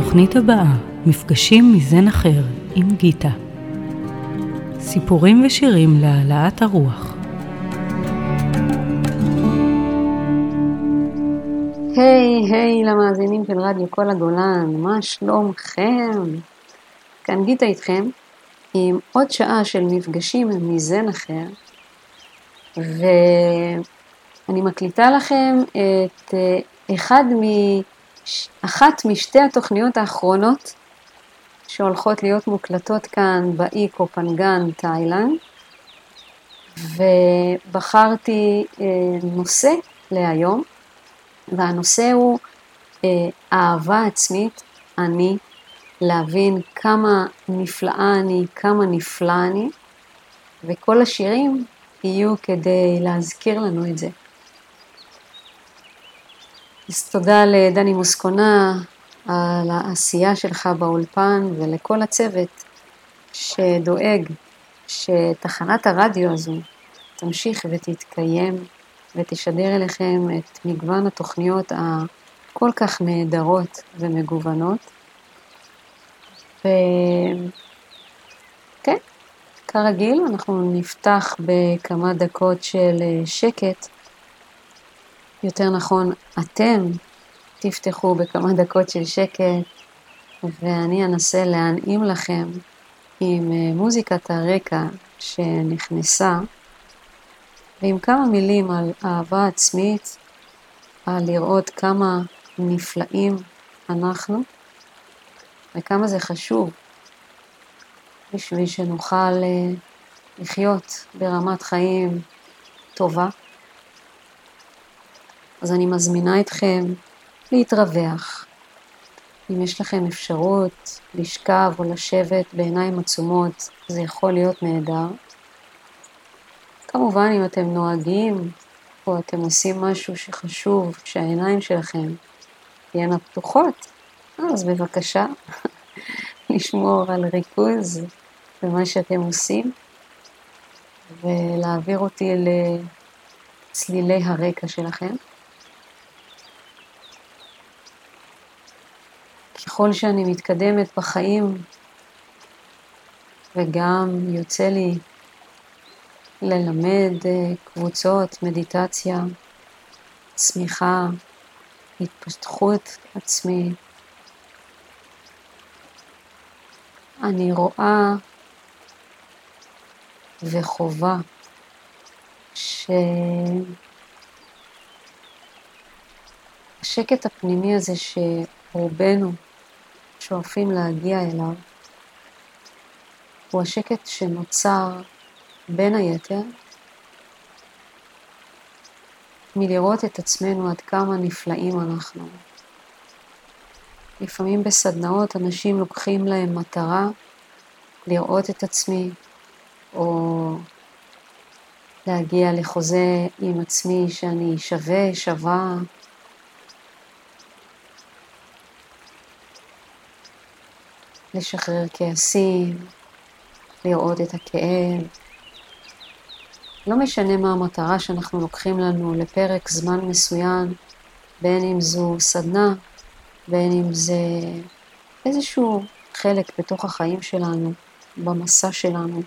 בתוכנית הבאה, מפגשים מזן אחר עם גיטה. סיפורים ושירים להעלאת הרוח. היי למאזינים של רדיו כל הגולן, מה שלומכם? כאן גיטה איתכם עם עוד שעה של מפגשים מזן אחר, ואני מקליטה לכם את אחת משתי התוכניות האחרונות שהולכות להיות מוקלטות כאן באי קופנגן, תאילנד, ובחרתי נושא להיום, והנושא הוא אהבה עצמית, אני, להבין כמה נפלאה אני, כמה נפלא אני, וכל השירים יהיו כדי להזכיר לנו את זה. אז תודה לדני מוסקונה על העשייה שלך באולפן, ולכל הצוות שדואג שתחנת הרדיו הזו תמשיך ותתקיים, ותשדר אליכם את מגוון התוכניות הכל כך נהדרות ומגוונות. וכן, כרגיל אנחנו נפתח בכמה דקות של שקט. יותר נכון, אתם תפתחו בכמה דקות של שקט, ואני אנסה להנעים לכם עם מוזיקת הרקע שנכנסה, ועם כמה מילים על אהבה עצמית, על לראות כמה נפלאים אנחנו, וכמה זה חשוב בשביל שנוכל לחיות ברמת חיים טובה. אז אני מזמינה אתכם להתרווח. אם יש לכם אפשרות לשכב או לשבת בעיניים עצומות, זה יכול להיות נהדר. כמובן, אם אתם נוהגים או אתם עושים משהו שחשוב שהעיניים שלכם תהיינה פתוחות, אז בבקשה לשמור על ריכוז במה שאתם עושים, ולהעביר אותי לצלילי הרקע שלכם. ככל שאני מתקדמת בחיים, וגם יוצא לי ללמד קבוצות, מדיטציה, צמיחה, התפתחות עצמית, אני רואה וחובה שהשקט הפנימי הזה שרובנו שואפים להגיע אליו, הוא השקט שנוצר בין היתר מלראות את עצמנו עד כמה נפלאים אנחנו. לפעמים בסדנאות אנשים לוקחים להם מטרה לראות את עצמי, או להגיע לחוזה עם עצמי שאני שווה. לשחרר כעסים, לראות את הכאב. לא משנה מה המטרה שאנחנו לוקחים לנו לפרק זמן מסוים, בין אם זו סדנה, בין אם זה איזשהו חלק בתוך החיים שלנו, במסע שלנו.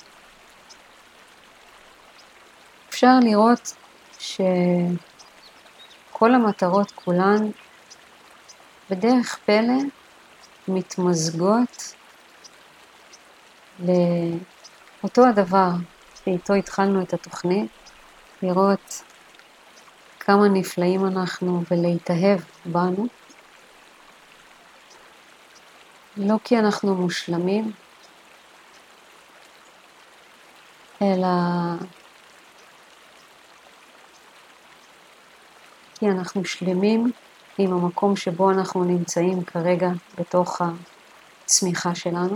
אפשר לראות שכל המטרות כולן בדרך פלא מתמזגות לאותו הדבר שאיתו התחלנו את התוכנית, לראות כמה נפלאים אנחנו ולהתאהב בנו. לא כי אנחנו מושלמים, אלא כי אנחנו שלמים עם המקום שבו אנחנו נמצאים כרגע בתוך הצמיחה שלנו.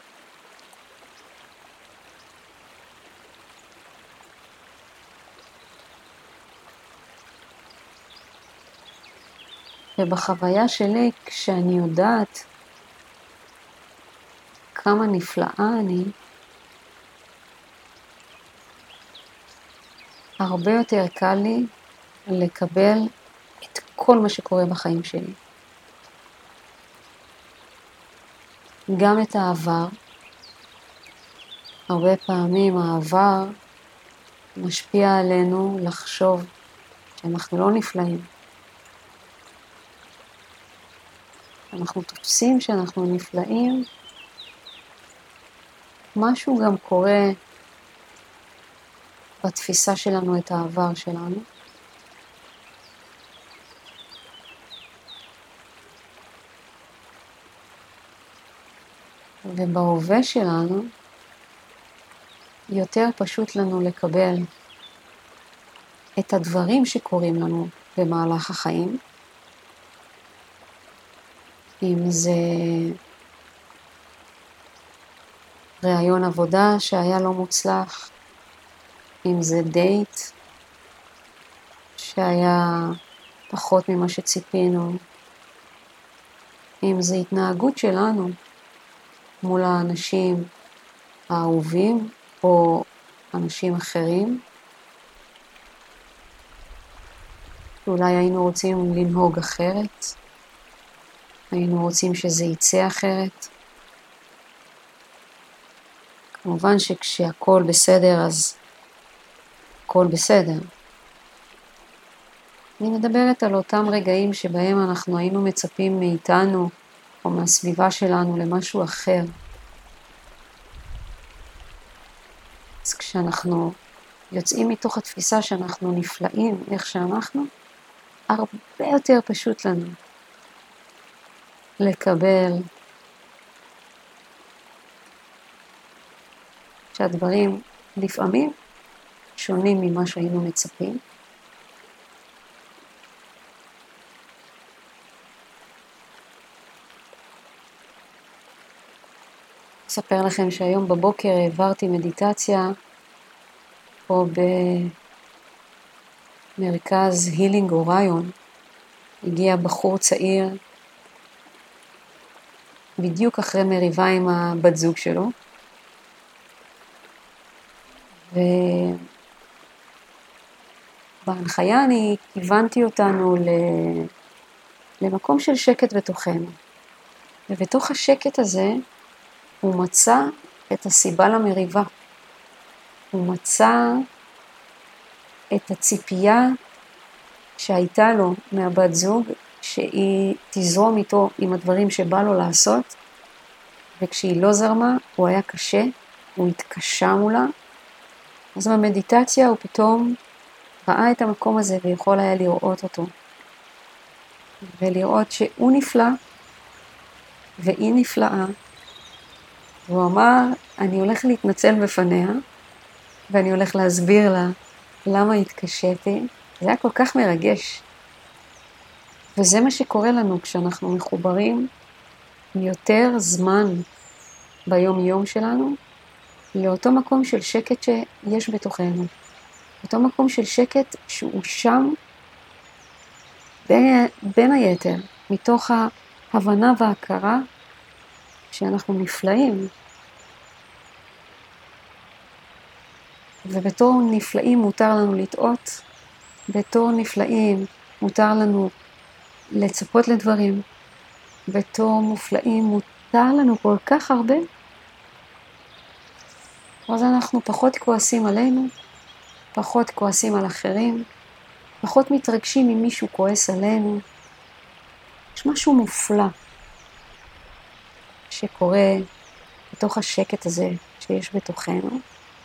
ובחוויה שלי, כשאני יודעת כמה נפלאה אני, הרבה יותר קל לי לקבל את כל מה שקורה בחיים שלי. גם את העבר. הרבה פעמים העבר משפיע עלינו לחשוב שאנחנו לא נפלאים. אנחנו תופסים שאנחנו נפלאים, משהו גם קורה בתפיסה שלנו את העבר שלנו. ובהווה שלנו יותר פשוט לנו לקבל את הדברים שקורים לנו במהלך החיים. אם זה רעיון עבודה שהיה לא מוצלח, אם זה דייט שהיה פחות ממה שציפינו, אם זה התנהגות שלנו מול האנשים האהובים או אנשים אחרים, שאולי היינו רוצים לנהוג אחרת, היינו רוצים שזה יצא אחרת. כמובן שכשהכל בסדר אז הכל בסדר. אני מדברת על אותם רגעים שבהם אנחנו היינו מצפים מאיתנו או מהסביבה שלנו למשהו אחר. אז כשאנחנו יוצאים מתוך התפיסה שאנחנו נפלאים איך שאנחנו, הרבה יותר פשוט לנו לקבל שהדברים לפעמים שונים ממה שהיינו מצפים. אספר לכם שהיום בבוקר העברתי מדיטציה פה במרכז הילינג אוריון. הגיע בחור צעיר בדיוק אחרי מריבה עם הבת זוג שלו. ובהנחיה אני כיוונתי אותנו למקום של שקט בתוכנו. ובתוך השקט הזה הוא מצא את הסיבה למריבה. הוא מצא את הציפייה שהייתה לו מהבת זוג, שהיא תזרום איתו עם הדברים שבא לו לעשות, וכשהיא לא זרמה, הוא היה קשה, הוא התקשה מולה. אז במדיטציה הוא פתאום ראה את המקום הזה ויכול היה לראות אותו. ולראות שהוא נפלא והיא נפלאה. והוא אמר, אני הולך להתנצל בפניה, ואני הולך להסביר לה למה התקשיתי. זה היה כל כך מרגש. וזה מה שקורה לנו כשאנחנו מחוברים יותר זמן ביום יום שלנו, לאותו מקום של שקט שיש בתוכנו. אותו מקום של שקט שהוא שם בין היתר, מתוך ההבנה וההכרה שאנחנו נפלאים. ובתור נפלאים מותר לנו לטעות, בתור נפלאים מותר לנו לצפות לדברים, בתור מופלאים מותר לנו כל כך הרבה, אז אנחנו פחות כועסים עלינו, פחות כועסים על אחרים, פחות מתרגשים אם מישהו כועס עלינו. יש משהו מופלא שקורה בתוך השקט הזה שיש בתוכנו,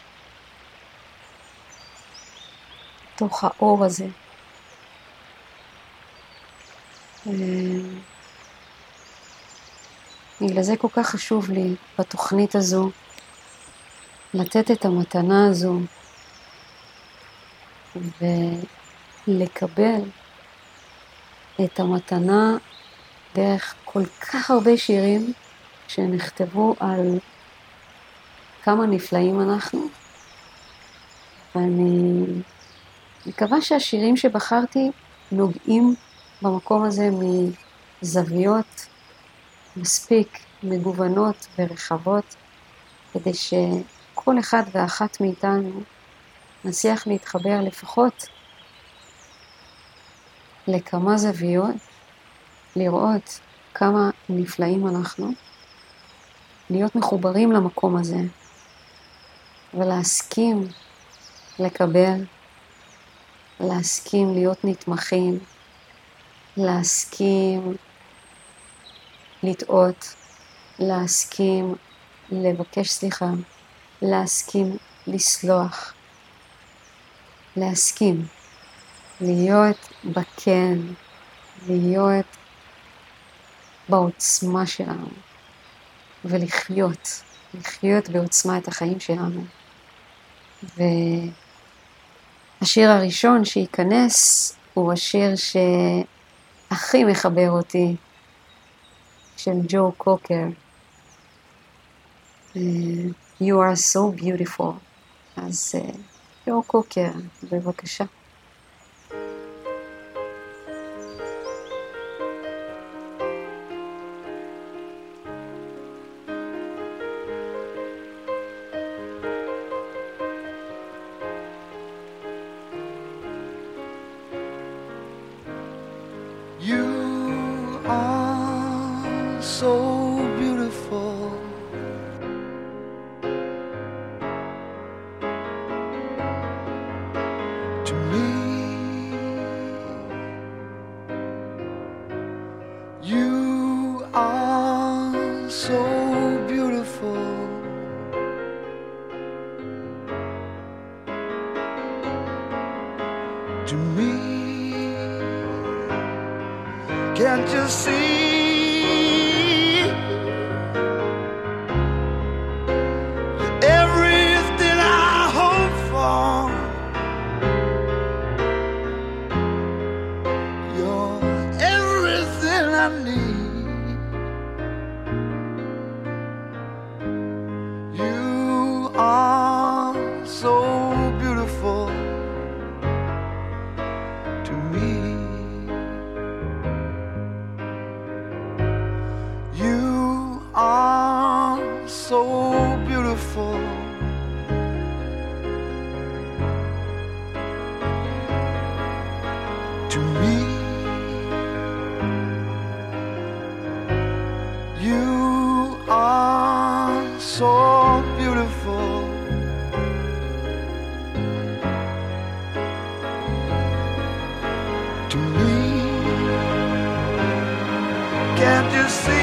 בתוך האור הזה. בגלל זה כל כך חשוב לי בתוכנית הזו לתת את המתנה הזו ולקבל את המתנה דרך כל כך הרבה שירים שנכתבו על כמה נפלאים אנחנו. ואני מקווה שהשירים שבחרתי נוגעים במקום הזה מזוויות מספיק מגוונות ורחבות, כדי שכל אחד ואחת מאיתנו נצליח להתחבר לפחות לכמה זוויות, לראות כמה נפלאים אנחנו, להיות מחוברים למקום הזה, ולהסכים לקבל, להסכים להיות נתמכים, להסכים לטעות, להסכים לבקש סליחה, להסכים לסלוח, להסכים להיות בכן, להיות בעוצמה שלנו, ולחיות בעוצמה את החיים שלנו. והשיר הראשון שייכנס הוא השיר שהכי מחבר אותי, של ג'ו קוקר. You are so beautiful. אז ג'ו קוקר, בבקשה. Can't you see everything I hope for? You're everything I need. You are so beautiful to me. So beautiful to me. You are so beautiful to me. Can't you see?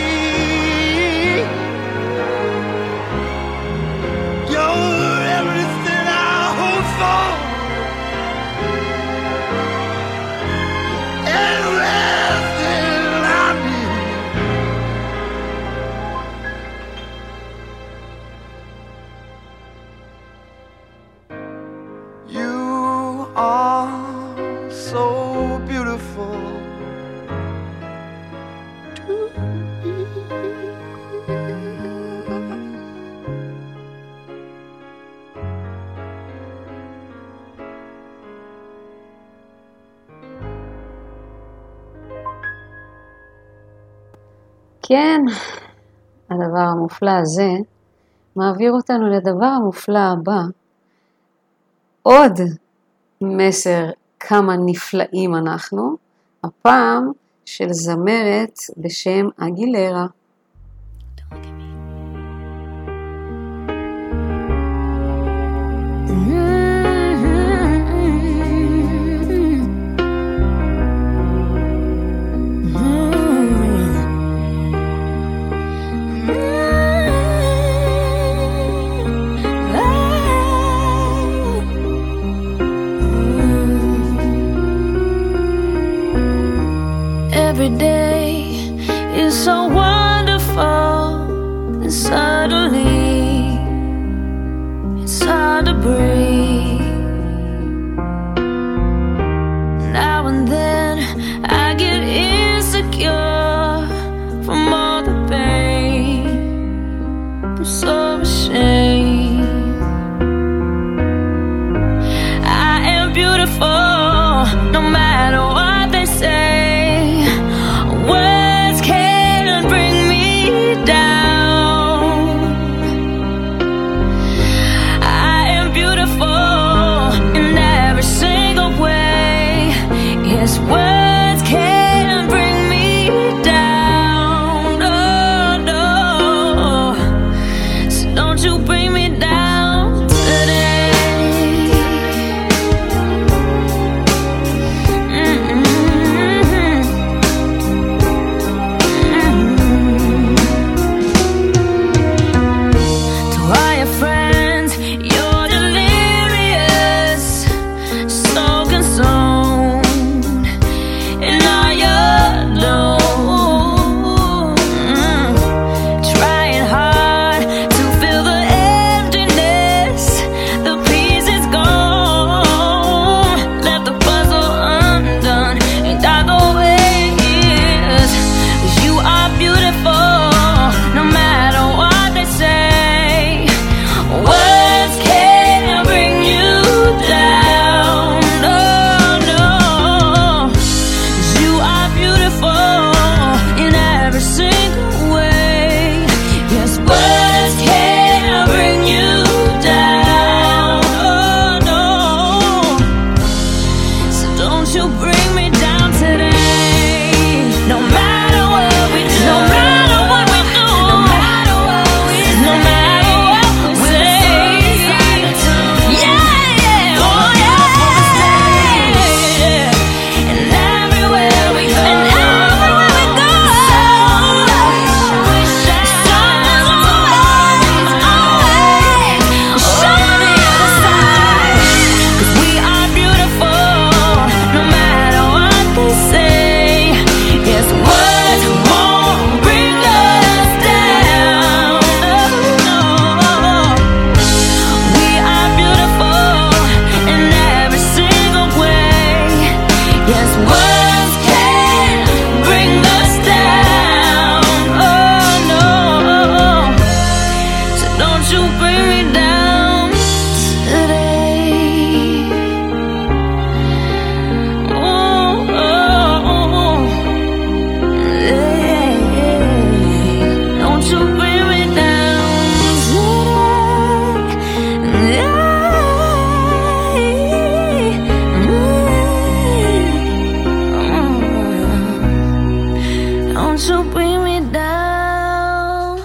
כן, הדבר המופלא הזה מעביר אותנו לדבר המופלא הבא, עוד מסר כמה נפלאים אנחנו, הפעם של זמרת בשם אגילרה. Every day is so wonderful, and suddenly it's hard to breathe. Now and then I get insecure from all the pain. I'm so ashamed. I am beautiful no matter what they say. Words can't bring me down. won't you bring me down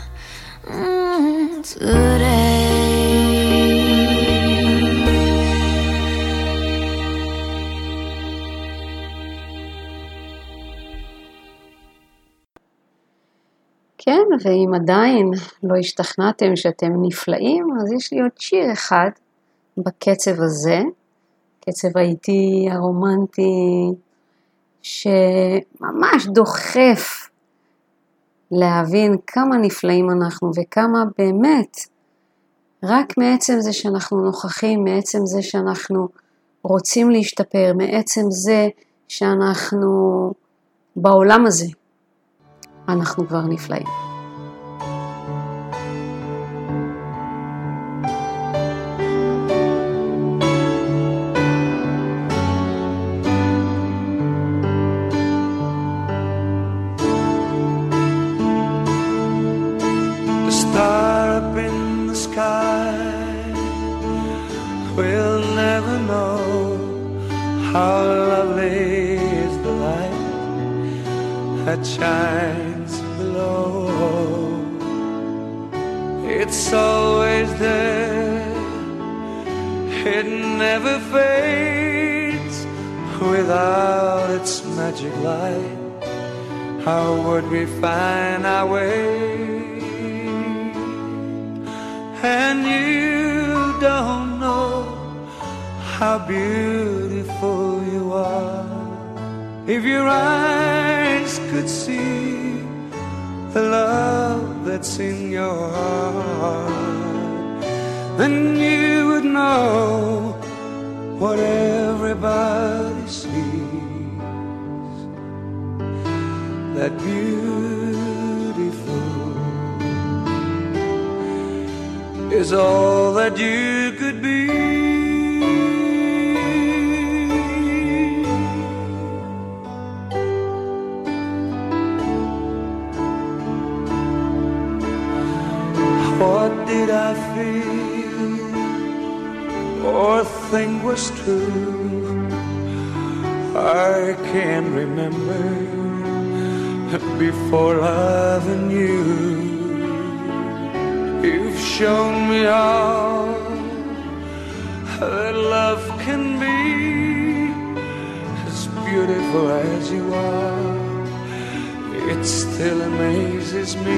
today? כן, ואם עדיין לא השתכנעתם שאתם נפלאים, אז יש לי עוד שיר אחד בקצב הזה, קצב האיטי, הרומנטי, שממש דוחף להבין כמה נפלאים אנחנו וכמה באמת, רק מעצם זה שאנחנו נוכחים, מעצם זה שאנחנו רוצים להשתפר, מעצם זה שאנחנו בעולם הזה, אנחנו כבר נפלאים. How lovely is the light that shines below. It's always there, it never fades. Without its magic light, how would we find our way? And you don't know how beautiful you are. If your eyes could see the love that's in your heart, then you would know what everybody sees, that beautiful is all that you could be. What did I feel or think was true? I can't remember before loving you. You've shown me how that love can be as beautiful as you are. It still amazes me.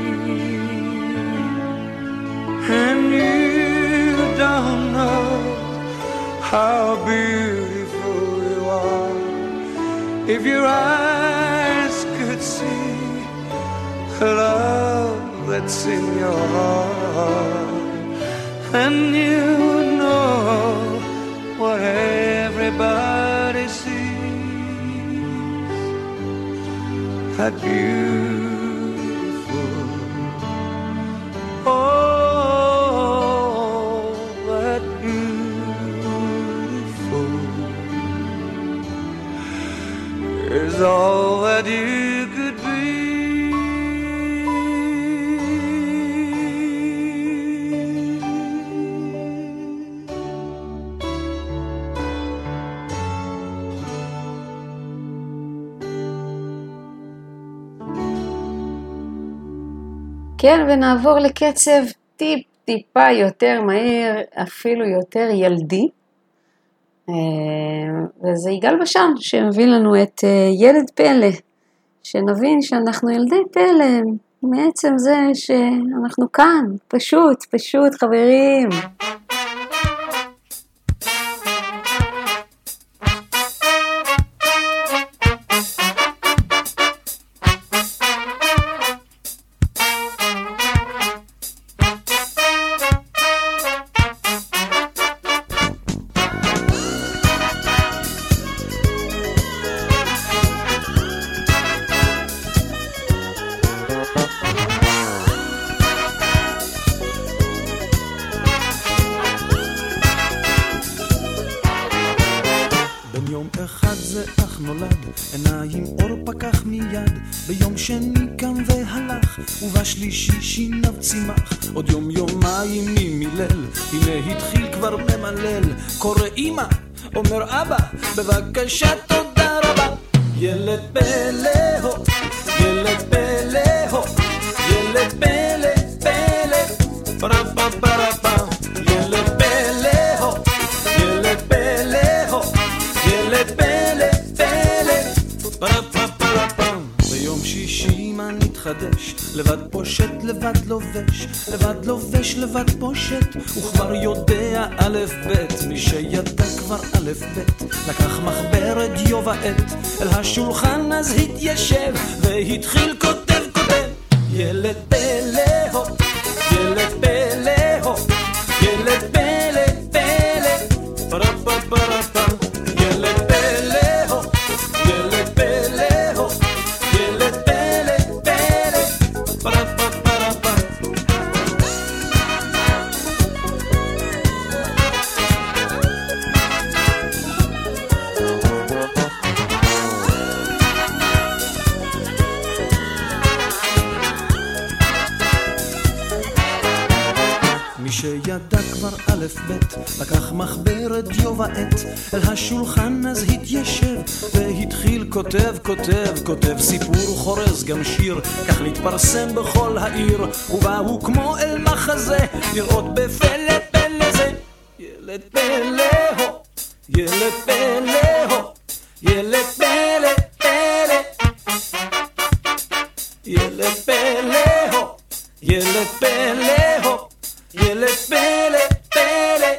And you don't know how beautiful you are. If your eyes could see the love that's in your heart, and you would know what everybody sees, that beautiful. Oh, is all that you could be. כן, ונעבור לקצב טיפה יותר מהיר, אפילו יותר ילדי. וזה יגאל בשן שמביא לנו את ילד פלא, שנבין שאנחנו ילדי פלא מעצם זה שאנחנו כאן, פשוט חברים. ובשלישי שיניו צימח, עוד יום יומיים ממילל, הנה התחיל כבר ממלל, קורא אמא, אומר אבא, בבקשה תודה רבה. ילד פלא, מתחדש, לבד פושט, לבד לובש, לבד לובש, לבד פושט, וכבר יודע א' ב', מי שידע כבר א' ב', לקח מחברת דיו ועט, אל השולחן אז התיישב, והתחיל כותב כותב, ילד פלא הו, ילד פלא הו, ילד פלא פלא, פרה פרה פרה פרה, ילד פלא הו, ילד פלא הו, ילד פלא פלא, פרה פרה פרה פרה. מי שידע כבר א' ב', לקח מחברת דיו ועט, אל השולחן אז התיישב, והתחיל כותב כותב כותב, סיפור חורז גם שיר, כך להתפרסם בכל העיר, ובאו כמו אל מחזה, לראות בפלא פלא זה, ילד פלא הו, ילד פלא הו, ילד פלא פלא, ילד פלא הו, ילד פלא הו, ילד פלא פלא,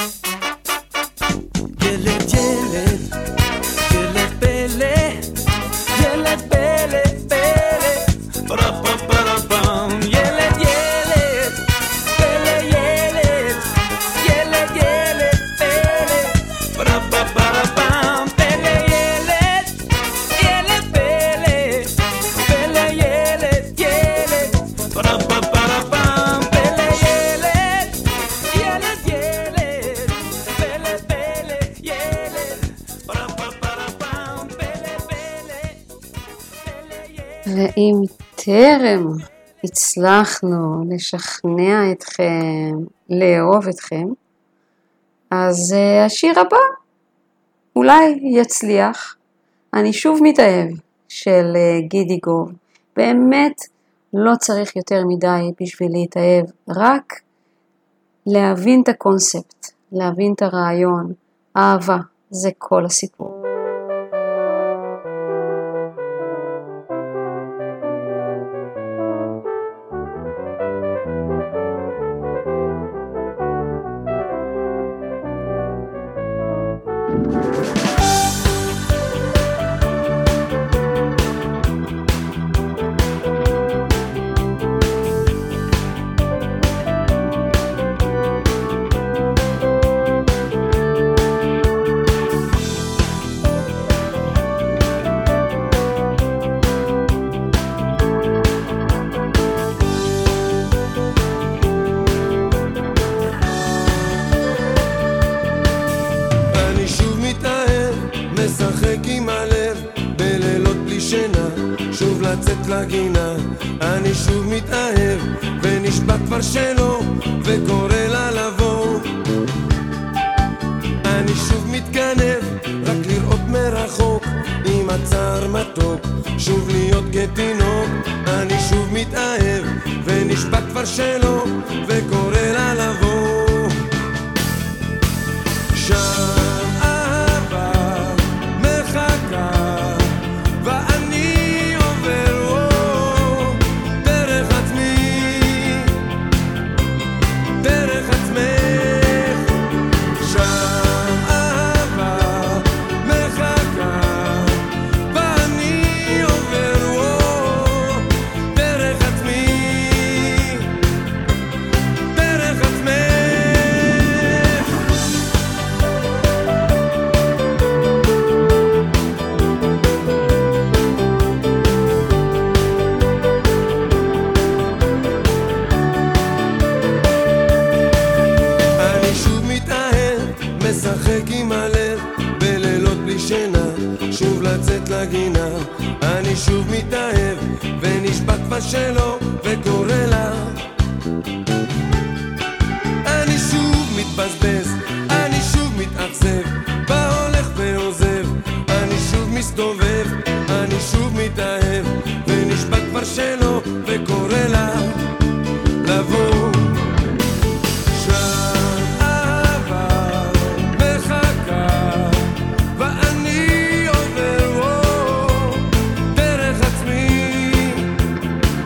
ילד ילד, ילד פלא, ילד פלא פלא, פרה פרה פרה פם, ילד ילד, פלא ילד, ילד ילד פלא, פרה פרה פרה פם, פלא ילד, ילד פלא, פלא ילד ילד, פרה פרה פרה פם, פלא ילד, ילד ילד, פלא פלא ילד, פרה פרה פרה פם, פלא פלא, פלא ילד. ואם טרם הצלחנו לשכנע אתכם, לאהוב אתכם, אז השיר הבא אולי יצליח. אני שוב מתאהב של גידי גוב. באמת לא צריך יותר מדי בשביל להתאהב, רק להבין את הקונספט, להבין את הרעיון. אהבה, זה כל הסיפור. לגינה, אני שוב מתאהב ונשבע כבר שלא וקורא לה לבוא. אני שוב מתגנב רק לראות מרחוק עם הצער מתוק, שוב להיות כתינוק. אני שוב מתאהב ונשבע כבר שלא וקורא לה לבוא. שם אהבה מחכה ואני עובר דרך עצמי, דרך עצמך. שם אהבה מחכה ואני עובר דרך עצמי, דרך עצמך. אני שוב מתאהב, משחק עם הלב בלילות בלי שינה, שוב לצאת לגינה. אני שוב מתאהב ונשבע כבר שלא וקורא לה. אני שוב מתבזבז, אני שוב מתאכזב, בא הולך ועוזב. אני שוב מסתובב, אני שוב מתאהב ונשבע כבר שלא וקורא לה לבוא. שם אהבה מחכה ואני עובר דרך עצמי,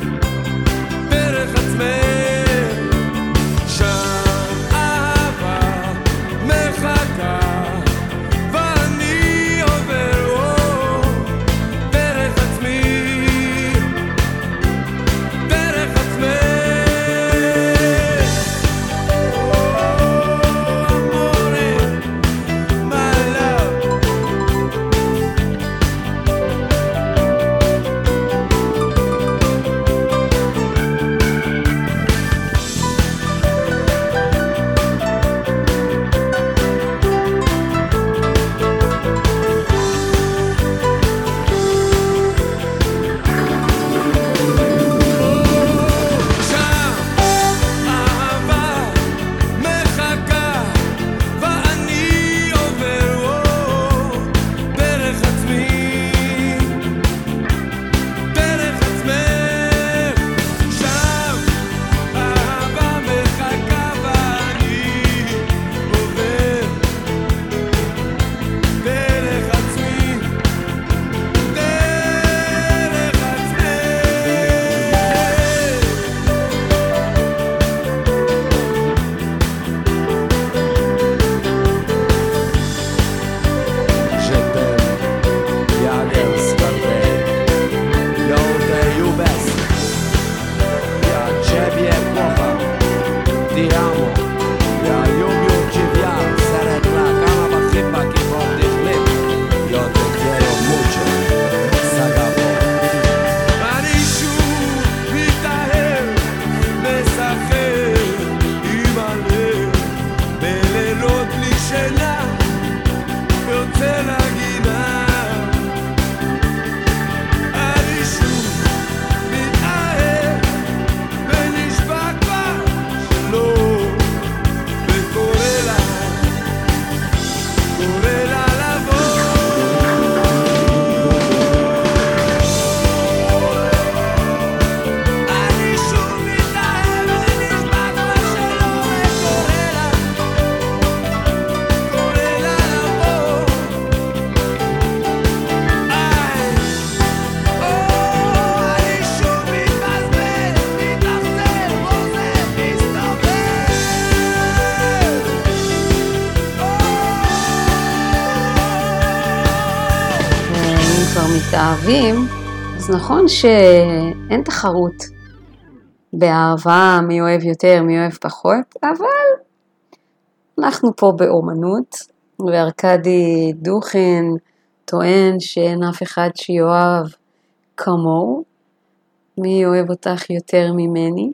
מתאהבים, אז נכון שאין תחרות באהבה מי אוהב יותר, מי אוהב פחות, אבל אנחנו פה באומנות, וארקדי דוכין טוען שאין אף אחד שיואב כמוהו, מי אוהב אותך יותר ממני,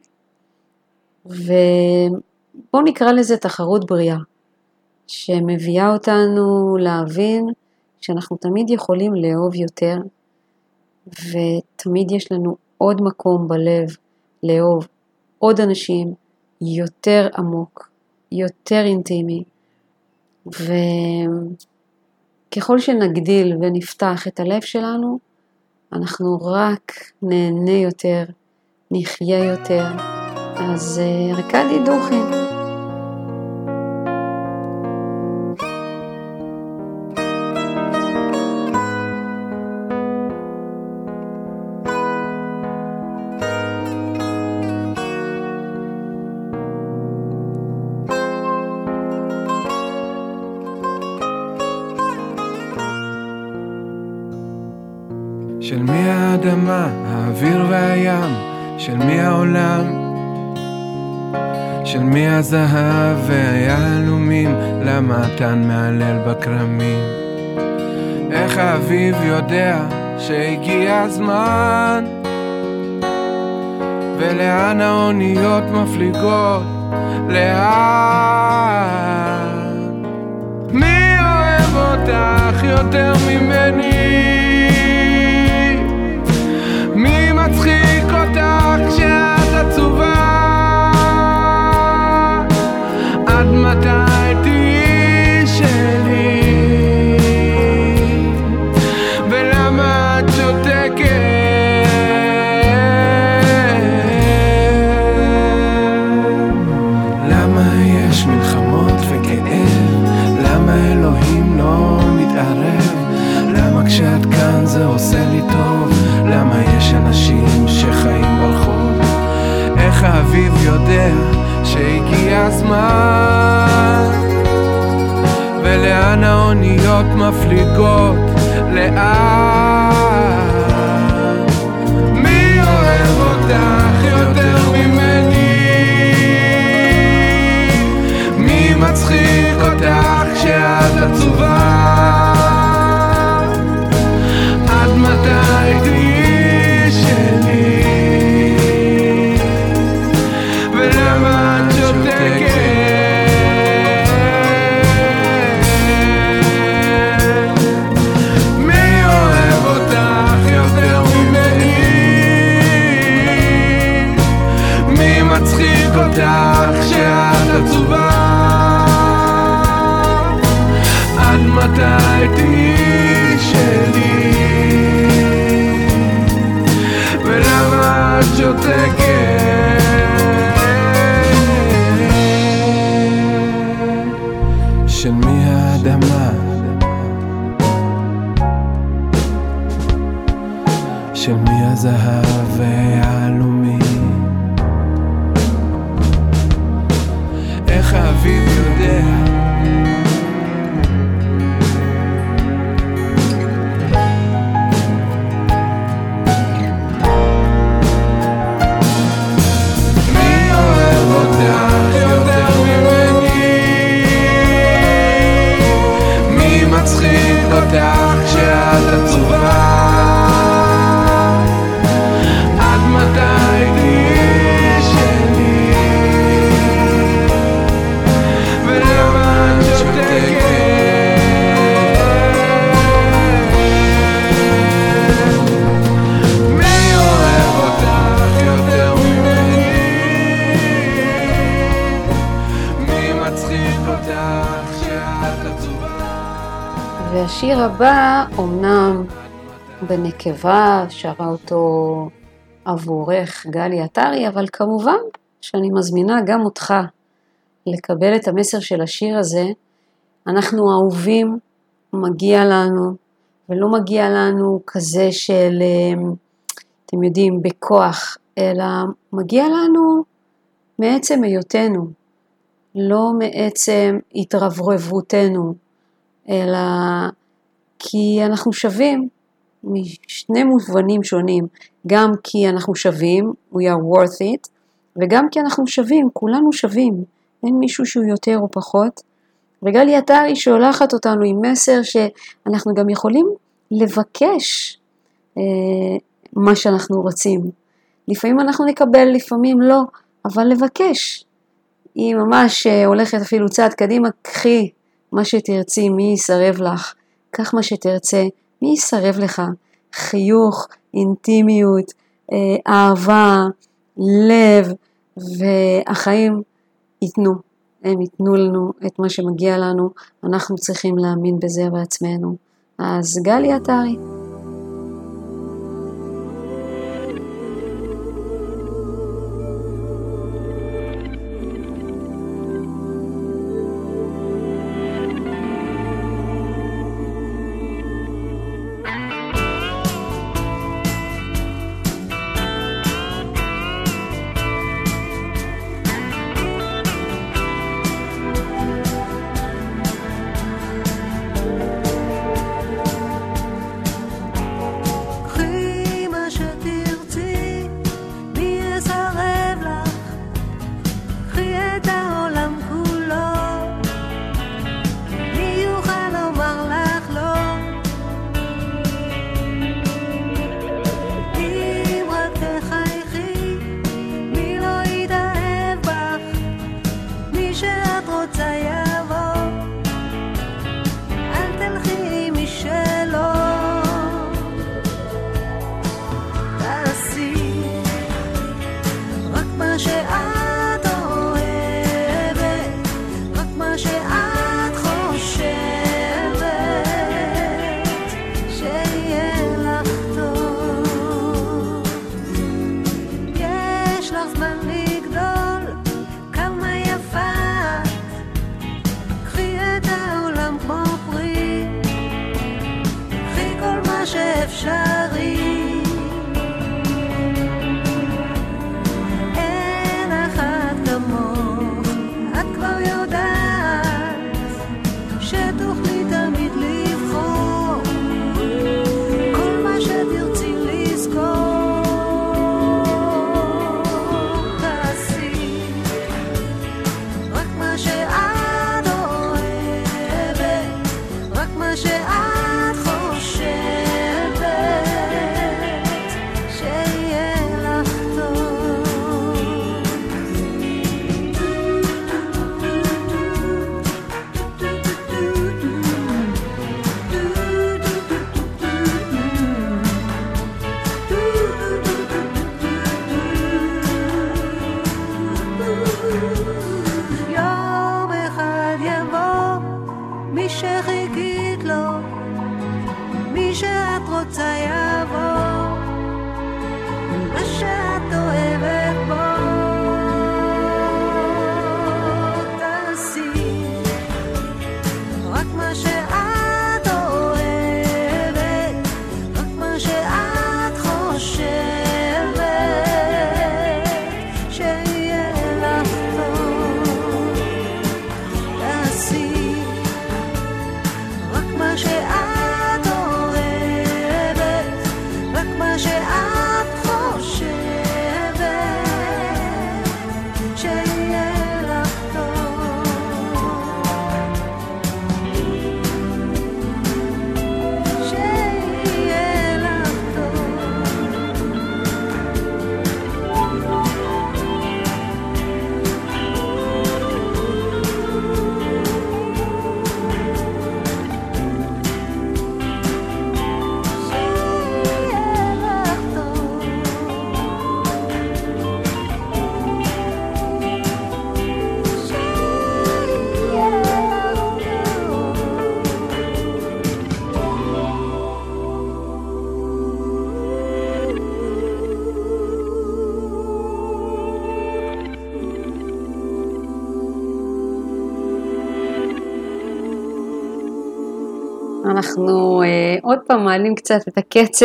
ובואו נקרא לזה תחרות בריאה, שמביאה אותנו להבין שאנחנו תמיד יכולים לאהוב יותר, ותמיד יש לנו עוד מקום בלב לאהוב עוד אנשים יותר עמוק, יותר אינטימי, וככל שנגדיל ונפתח את הלב שלנו, אנחנו רק נהנה יותר, נחיה יותר. אז ארקדי דוכין. של מי האדמה, האוויר והים, של מי העולם, של מי הזהב והיהלומים, למה התן מעלל בקרמים. איך האביב יודע שהגיע הזמן, ולאן האוניות מפליגות, לאן. מי אוהב אותך יותר ממני? מי מצחיק אותך כשאת עצובה? עד מתי תהיי שלי? ולמה את שותקת? למה יש מלחמות וכאב? למה אלוהים לא מתערב? למה כשאת כאן זה עושה לי טוב? למה יש אנשים שחיים ברחוב? איך האביב יודע שהגיע הזמן, ולאן האוניות מפליגות, לאן. מי אוהב אותך יותר ממני? מי מצחיק אותך כשאת עצובה? עד מתי תהיי שלי? ולמה את שותקת? מי אוהב אותך יותר ממני? מי מצחיק אותך כשאת עצובה? עד מתי תהיי שלי? ולמה את שותקת? של מי האדמה? של מי הזהב והיהלומים? איך האביב יודע? אותך כשאת עצובה? עד מתי תהיי שלי? ולמה את שותקת? מי אוהב אותך יותר ממני? מי מצחיק אותך כשאת עצובה? והשיר הבא, אומנם בנקבה, שרה אותו עבורך גלי עטרי, אבל כמובן שאני מזמינה גם אותך לקבל את המסר של השיר הזה. אנחנו אהובים, מגיע לנו, ולא מגיע לנו כזה של, אתם יודעים, בכוח, אלא מגיע לנו מעצם היותנו, לא מעצם התרברבותנו, אלא כי אנחנו שווים, משני מובנים שונים, גם כי אנחנו שווים, we are worth it, וגם כי אנחנו שווים, כולנו שווים, אין מישהו שהוא יותר או פחות. וגלי עטרי שולחת אותנו עם מסר שאנחנו גם יכולים לבקש מה שאנחנו רוצים. לפעמים אנחנו נקבל, לפעמים לא, אבל לבקש. היא ממש הולכת אפילו צעד קדימה, קחי מה שתרצי, מי יסרב לך, קח מה שתרצה, מי יסרב לך, חיוך, אינטימיות, אהבה, לב, והחיים ייתנו, הם ייתנו לנו את מה שמגיע לנו, אנחנו צריכים להאמין בזה בעצמנו. אז גלי עטרי. אנחנו עוד פעם מעלים קצת את הקצב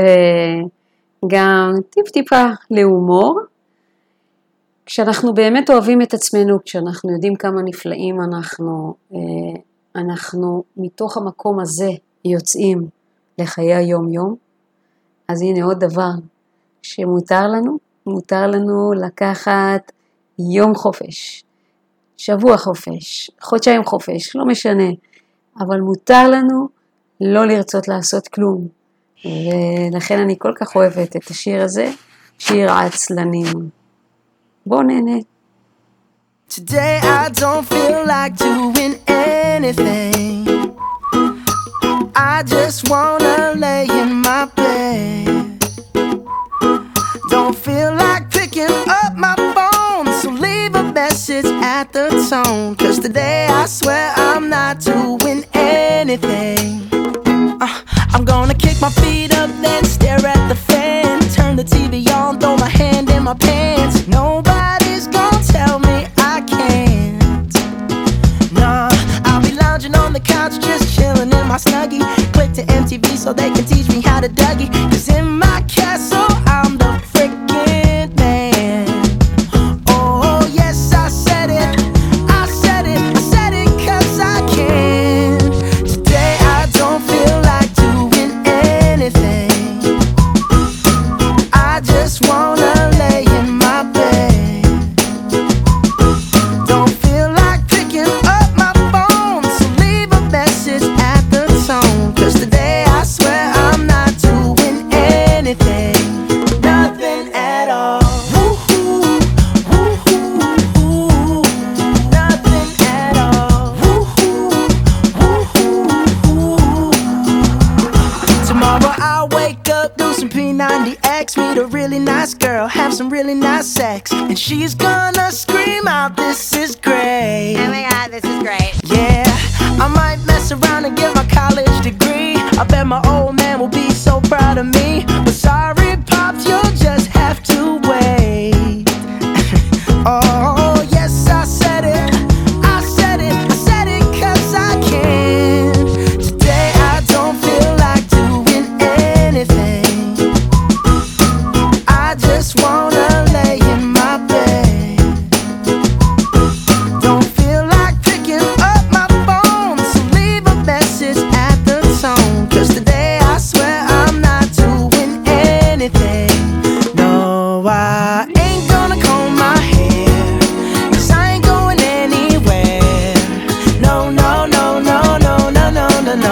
וגם טיפה להומור. כשאנחנו באמת אוהבים את עצמנו, כשאנחנו יודעים כמה נפלאים אנחנו מתוך המקום הזה יוצאים לחיי היום-יום. אז הנה עוד דבר שמותר לנו לקחת יום חופש, שבוע חופש, חודשיים חופש, לא משנה, אבל מותר לנו לא לרצות לעשות כלום. ולכן אני כל כך אוהבת את השיר הזה, שיר העצלנים. בוא נהנה. Today I don't feel like doing anything. I just wanna lay in my bed. Don't feel like picking up my phone, so leave a message at the tone. 'Cause today I swear I'm not doing anything. I'm gonna kick my feet up, then stare at the fan. Turn the TV on, throw my hand in my pants. Nobody's gonna tell me I can't. Nah, I'll be lounging on the couch, just chilling in my Snuggie. Click to MTV so they can teach me how to Dougie. 'Cause in my castle, I'm the freaking man. Oh, yes, I said it. I said it. I said it 'cause I can. Today I don't feel like doing anything. I just wanna lay in my bed. Don't feel like picking up my phone, so leave a message at the tone. 'Cause today I swear I'm not doing anything. Nothing at all. Woo-hoo, woo-hoo, woo-hoo. Nothing at all. Woo-hoo, woo-hoo, woo-hoo. Tomorrow I'll wake up, do some P90X, meet a really nice girl, have some really nice sex, and she's gonna scream out, "This is great." Oh my god, this is great. Yeah, I might mess around and get my college degree. I bet my old man will be so proud of me. But sorry, Pops, you'll just have to wait. Oh, yes, I said it. I said it. I said it 'cause I can. Today I don't feel like doing anything. I just wanna lay in my bed. Don't feel like picking up my phone, so leave a message at the tone. 'Cause today I swear I'm not doing anything. No, I ain't gonna comb my hair, 'cause I ain't going anywhere. No, no, no, no, no, no, no, no, no.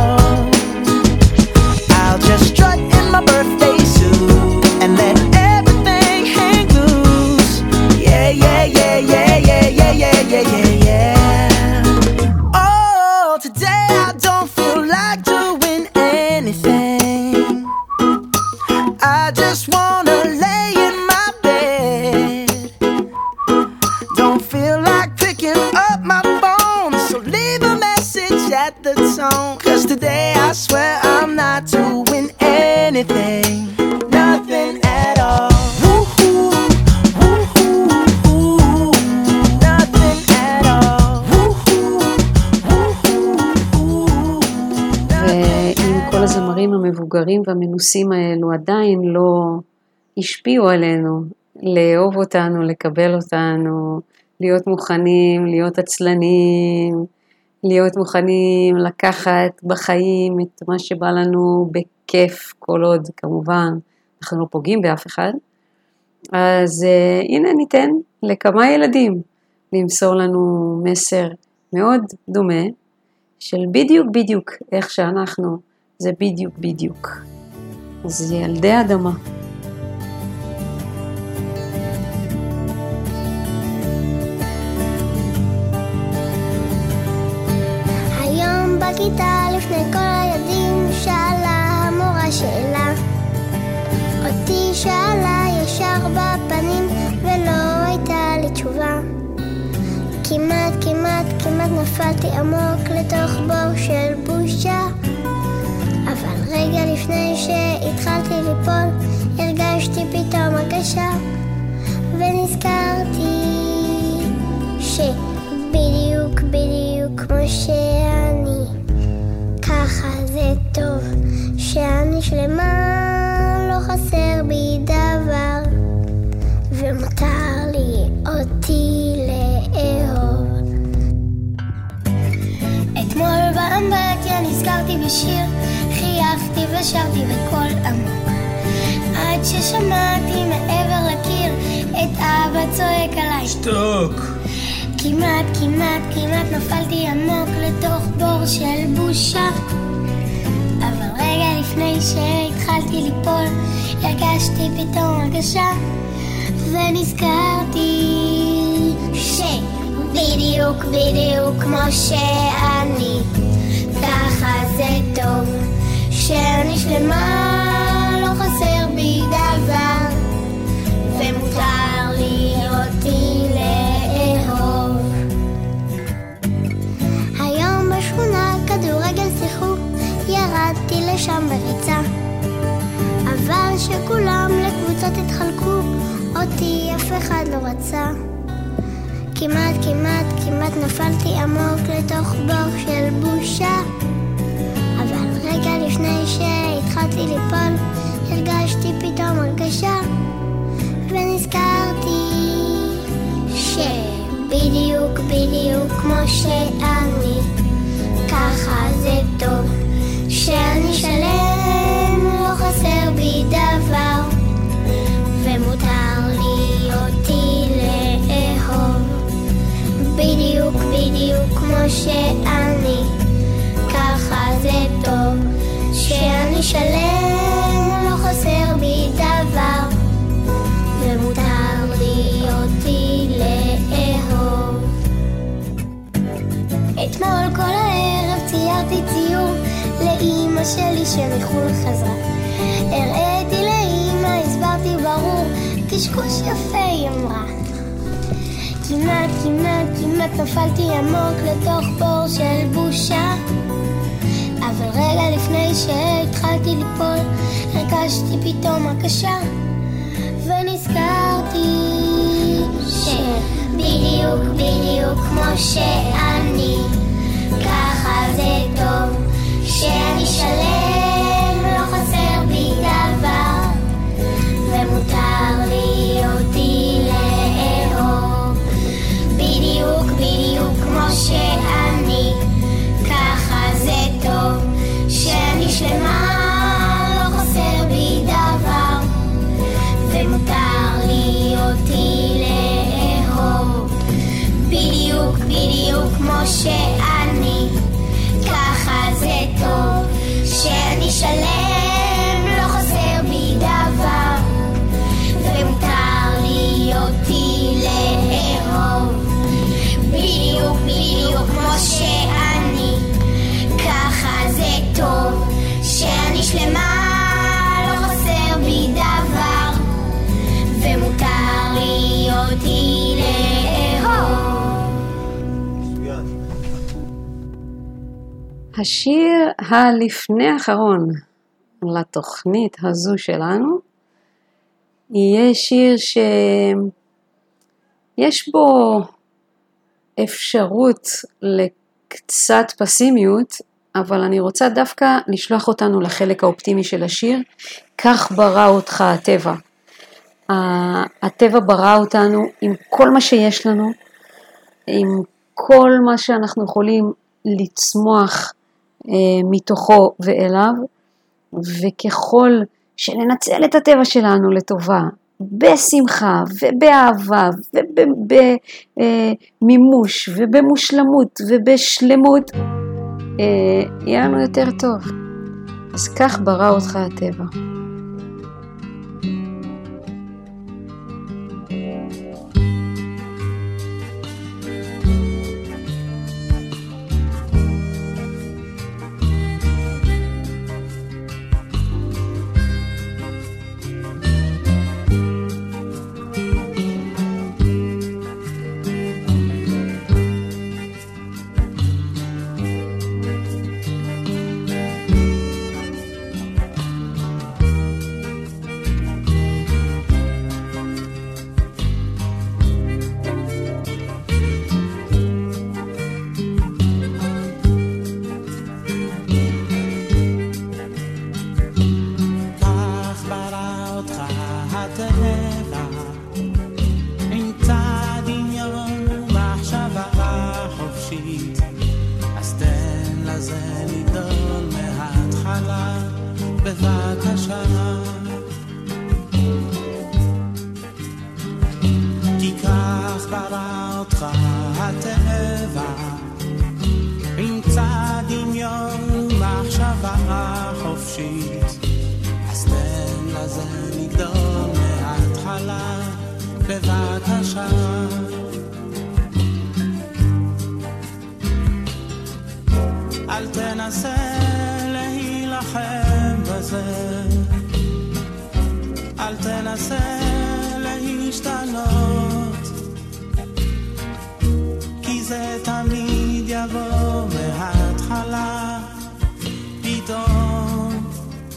I'll just strut in my birthday suit and let everything hang loose. Yeah, yeah, yeah, yeah, yeah, yeah, yeah, yeah, yeah, yeah. Oh, today I don't feel like doing anything. I just wanna lay in my bed. Don't feel like picking up my phone, so leave a message at the tone. 'Cause today I swear I'm not doing anything. Nothing at all. Woo-hoo, woo-hoo, woo-hoo. Nothing at all. Woo-hoo, woo-hoo, woo-hoo. ואם כל הזמרים המבוגרים והמנוסים האלו עדיין לא השפיעו עלינו, לאהוב אותנו, לקבל אותנו, להיות מוכנים, להיות עצלנים, להיות מוכנים לקחת בחיים את מה שבא לנו בכיף, כל עוד כמובן אנחנו לא פוגעים באף אחד. אז הנה ניתן לכמה ילדים למסור לנו מסר מאוד דומה, של בדיוק איך שאנחנו, זה בדיוק. אז ילדי אדמה. היום בכיתה לפני כל הילדים שאלה המורה שאלה, אותי שאלה ישר בפנים ולא הייתה לי תשובה. כמעט נפלתי עמוק לתוך בור של בושה, אבל רגע לפני שהתחלתי ליפול הרגשתי פתאום הרגשה, ונזכרתי שבדיוק כמו שאני, ככה זה טוב, שאני שלמה, לא חסר בי דבר, ומותר לי אותי לאהוב. אתמול באמבטיה נזכרתי בשיר, חייכתי ושרתי בקול עמוק, עד ששמעתי מעבר לקיר את אבא צועק עליי, שתוק. כמעט, כמעט, כמעט נפלתי עמוק לתוך בור של בושה. אבל רגע לפני שהתחלתי ליפול, הרגשתי פתאום הרגשה, ונזכרתי שבדיוק, בדיוק כמו שאני, ככה זה טוב, שאני שלמה, לא חסר בי דבר, ומותר לי אותי לאהוב. היום בשכונה כדורגל שיחו, ירדתי לשם בריצה, אבל שכולם לקבוצות התחלקו, אותי אף אחד לא רצה. כמעט, כמעט, כמעט נפלתי עמוק לתוך בור של בושה, אבל רגע לפני שהתחלתי ליפול, הרגשתי פתאום הרגשה, ונזכרתי שבדיוק, בדיוק כמו שאני, ככה זה טוב, שאני שלם, לא חסר בי דבר, ומותר לי אותי לאהוב. בדיוק, בדיוק כמו שאני, ככה זה טוב, שאני שלם, לא חסר בי דבר, ומותר לי אותי לאהוב. אתמול כל הערב ציירתי ציור לאמא שלי שמחול חזרה, הראיתי לאמא, הסברתי ברור, קשקוש יפה היא אמרה. כמעט, כמעט, כמעט נפלתי עמוק לתוך בור של בושה, אבל רגע לפני שהתחלתי ליפול, הרגשתי פתאום הקשה, ונזכרתי שבדיוק, בדיוק כמו שאני, ככה זה טוב, שאני שלם, לא חסר בי דבר, ומותר לי אותי לאהוב. בדיוק, בדיוק כמו שאני, ככה זה טוב, שאני שלמה, לא חסר בי דבר, ומותר לי אותי לאהוב. בדיוק, בדיוק כמו שאני, ככה זה טוב, שאני שלם, לא חסר בי דבר, ומותר לי אותי לאהוב. בדיוק, בדיוק כמו שאני, ככה זה טוב, שאני שלמה, לא חסר בי דבר, ומותר לי אותי לאהוב. השיר הלפני האחרון לתוכנית הזו שלנו יהיה שיר שיש בו אפשרות לקצת פסימיות, אבל אני רוצה דווקא לשלוח אותנו לחלק האופטימי של השיר. כך ברא אותך הטבע. הטבע ברא אותנו עם כל מה שיש לנו, עם כל מה שאנחנו יכולים לצמוח מתוכו ואליו, וככל שננצל את הטבע שלנו לטובה, בשמחה ובאהבה ובמימוש ובמושלמות ובשלמות, יהיה לנו יותר טוב. אז כך ברא אותך הטבע. ברא אותך הטבע, ימצא דמיון מחשבה חופשית, אז תן לזה לגדול מההתחלה, בבקשה. אל תנסה להילחם בזה, אל תנסה להשתנות, כי זה תמיד יבוא מההתחלה פתאום,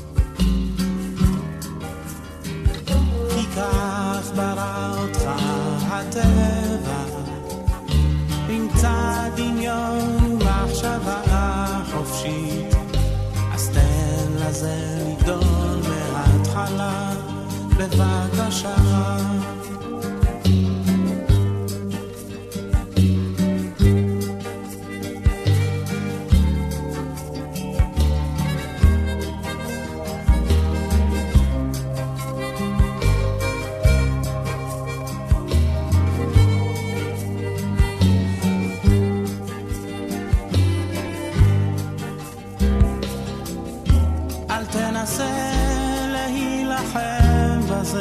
כי כך ברא אותך הטבע, ימצא דמיון מחשבה חופשית, אז תן לזה לגדול מההתחלה, בבקשה. אל תנסה להילחם בזה,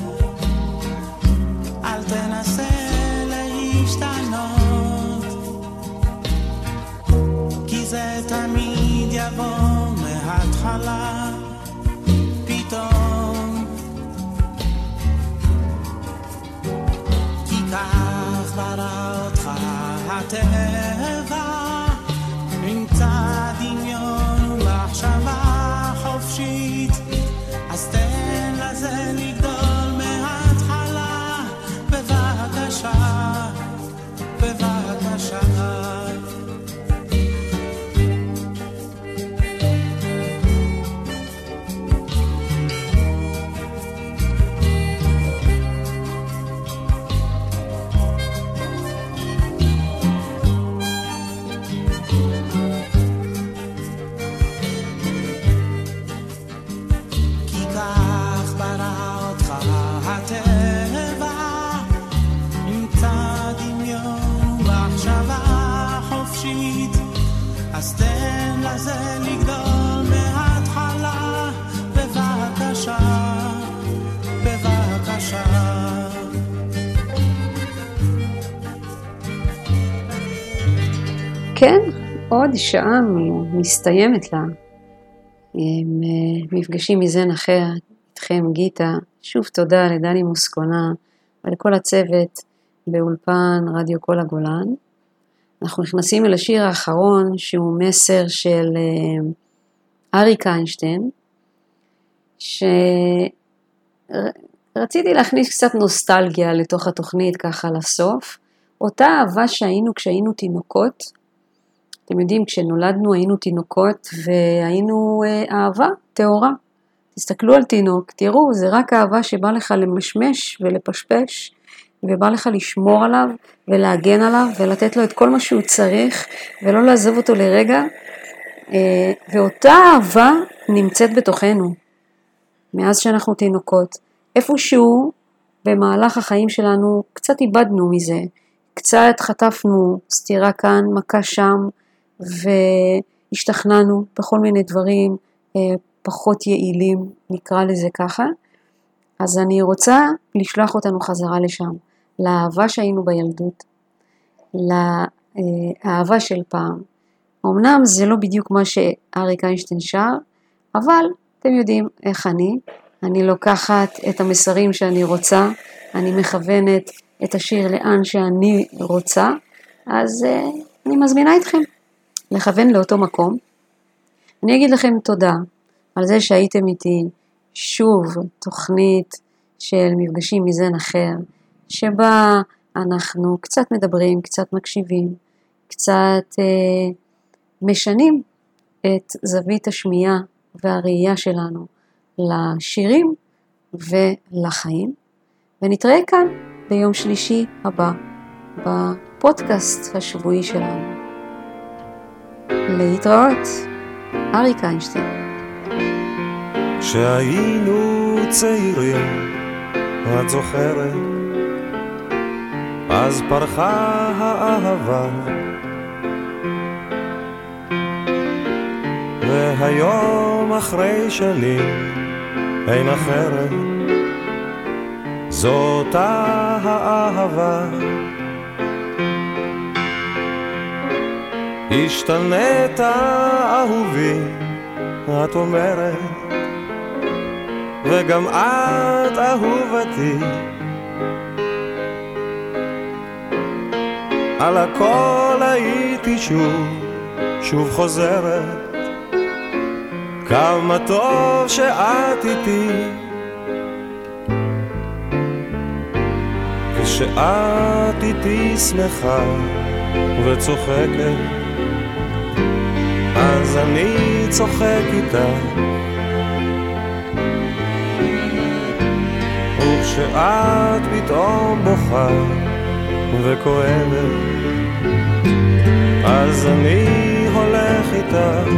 אל תנסה להשתנות, כי זה תמיד יבוא מההתחלה פתאום, כי כך ברא אותך הטבע, ימצא דמיון ומחשבה חופשית, אז תן לזה לגדול מההתחלה, בבקשה, בבקשה. אז תן לזה לגדול מההתחלה, בבקשה, בבקשה. כן, עוד שעה מסתיימת לה. מפגשים מזן אחר, איתכם גיטה. שוב תודה לדני מוסקונה ולכל הצוות באולפן רדיו כל הגולן. אנחנו נכנסים אל השיר האחרון, שהוא מסר של אריק איינשטיין, שרציתי להכניס קצת נוסטלגיה לתוך התוכנית ככה לסוף. אותה אהבה שהיינו כשהיינו תינוקות, אתם יודעים, כשנולדנו היינו תינוקות והיינו אהבה טהורה. תסתכלו על תינוק, תראו, זה רק אהבה שבא לך למשמש ולפשפש, ובא לך לשמור עליו ולהגן עליו ולתת לו את כל מה שהוא צריך ולא לעזוב אותו לרגע. ואותה אהבה נמצאת בתוכנו מאז שאנחנו תינוקות. איפשהו במהלך החיים שלנו קצת איבדנו מזה, קצת חטפנו סתירה כאן, מכה שם, והשתכנענו בכל מיני דברים פחות יעילים, נקרא לזה ככה. אז אני רוצה לשלוח אותנו חזרה לשם, לאהבה שהיינו בילדות, לאהבה של פעם. אמנם זה לא בדיוק מה שאריק איינשטיין שר, אבל אתם יודעים איך אני לוקחת את המסרים שאני רוצה, אני מכוונת את השיר לאן שאני רוצה, אז אני מזמינה אתכם לכוון לאותו מקום. אני אגיד לכם תודה על זה שהייתם איתי, שוב תוכנית של מפגשים מזן אחר, שבה אנחנו קצת מדברים, קצת מקשיבים, קצת משנים את זווית השמיעה והראייה שלנו לשירים ולחיים. ונתראה כאן ביום שלישי הבא בפודקאסט השבועי שלנו. להתראות, אריק איינשטיין. כשהיינו צעירים, את זוכרת, אז פרחה האהבה, והיום אחרי שנים אין אחרת, זאת האהבה. השתנית אהובי, את אומרת, וגם את אהובתי, על הכל הייתי שוב חוזרת, כמה טוב שאת איתי, כשאת איתי שמחה וצוחקת, אז אני צוחק איתך, וכשאת פתאום בוכה וכואבת, אז אני הולך איתך.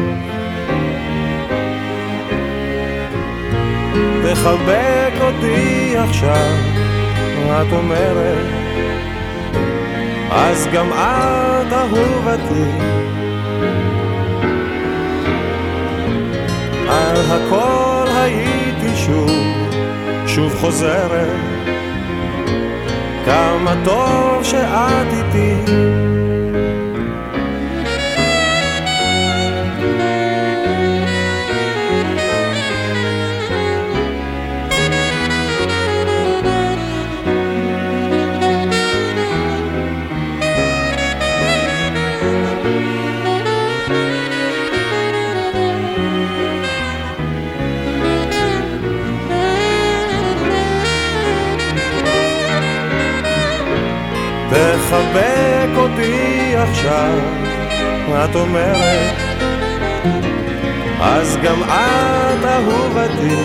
תחבק אותי עכשיו, את אומרת, אז גם את אהובתי, על הכל הייתי שוב חוזרת, כמה טוב שאת איתי. תחבק אותי עכשיו, את אומרת, אז גם את אהובתי,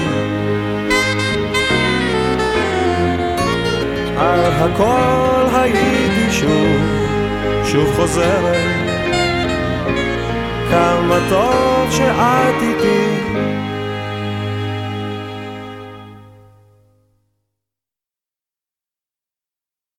על הכל הייתי שוב חוזרת, כמה טוב שאת איתי.